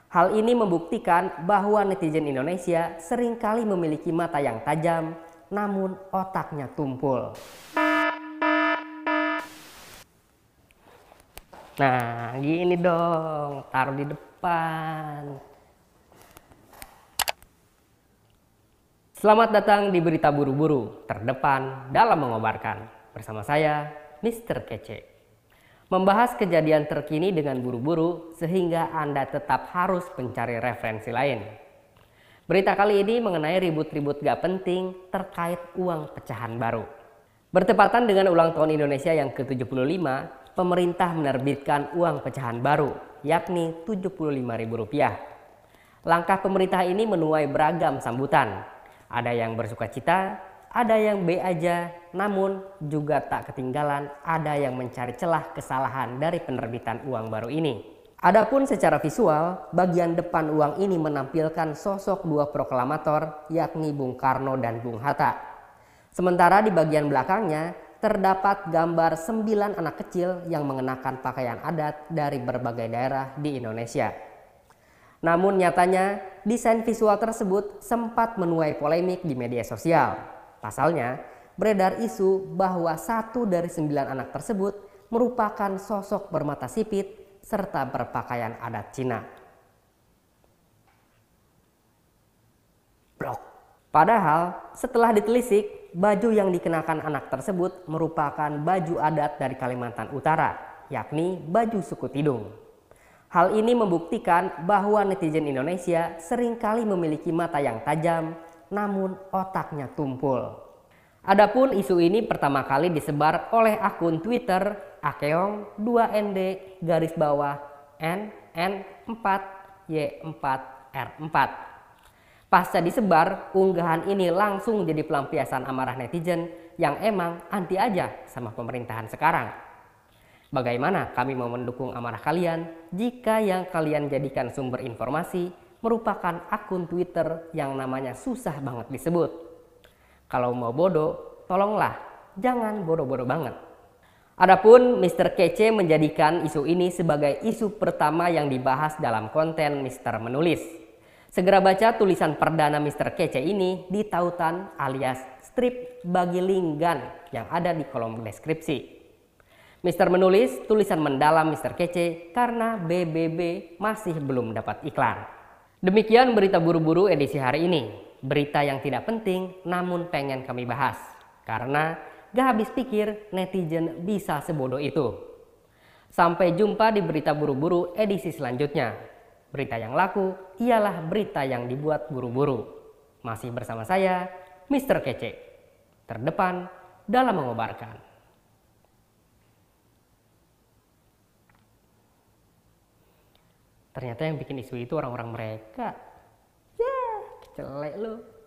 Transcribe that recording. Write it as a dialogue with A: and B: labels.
A: Hal ini membuktikan bahwa netizen Indonesia seringkali memiliki mata yang tajam, namun otaknya tumpul. Nah, gini dong, taruh di depan. Selamat datang di Berita Buru-Buru, terdepan dalam mengobarkan. Bersama saya, Mr. Kece. Membahas kejadian terkini dengan buru-buru sehingga Anda tetap harus mencari referensi lain. Berita kali ini mengenai ribut-ribut gak penting terkait uang pecahan baru. Bertepatan dengan ulang tahun Indonesia yang ke-75, pemerintah menerbitkan uang pecahan baru, yakni Rp75.000. Langkah pemerintah ini menuai beragam sambutan. Ada yang bersukacita, ada yang B aja, namun juga tak ketinggalan ada yang mencari celah kesalahan dari penerbitan uang baru ini. Adapun secara visual, bagian depan uang ini menampilkan sosok dua proklamator, yakni Bung Karno dan Bung Hatta. Sementara di bagian belakangnya terdapat gambar 9 anak kecil yang mengenakan pakaian adat dari berbagai daerah di Indonesia. Namun nyatanya, desain visual tersebut sempat menuai polemik di media sosial. Pasalnya, beredar isu bahwa 1 dari 9 anak tersebut merupakan sosok bermata sipit serta berpakaian adat Cina. Blok. Padahal, setelah ditelisik, baju yang dikenakan anak tersebut merupakan baju adat dari Kalimantan Utara, yakni baju suku Tidung. Hal ini membuktikan bahwa netizen Indonesia seringkali memiliki mata yang tajam, namun otaknya tumpul. Adapun isu ini pertama kali disebar oleh akun Twitter akeong2nd_NN4Y4R4. Pasca disebar, unggahan ini langsung jadi pelampiasan amarah netizen yang emang anti aja sama pemerintahan sekarang. Bagaimana kami mau mendukung amarah kalian jika yang kalian jadikan sumber informasi merupakan akun Twitter yang namanya susah banget disebut. Kalau mau bodoh, tolonglah jangan bodoh-bodoh banget. Adapun Mr. Kece menjadikan isu ini sebagai isu pertama yang dibahas dalam konten Mr. Menulis. Segera baca tulisan perdana Mr. Kece ini di tautan alias strip bagi linggan yang ada di kolom deskripsi. Mr. Menulis tulisan mendalam Mr. Kece karena BBB masih belum dapat iklan. Demikian berita buru-buru edisi hari ini. Berita yang tidak penting namun pengen kami bahas. Karena gak habis pikir netizen bisa sebodoh itu. Sampai jumpa di berita buru-buru edisi selanjutnya. Berita yang laku ialah berita yang dibuat buru-buru. Masih bersama saya, Mr. Kece. Terdepan dalam mengobarkan. Ternyata yang bikin isu itu orang-orang mereka. Ya, celek lu.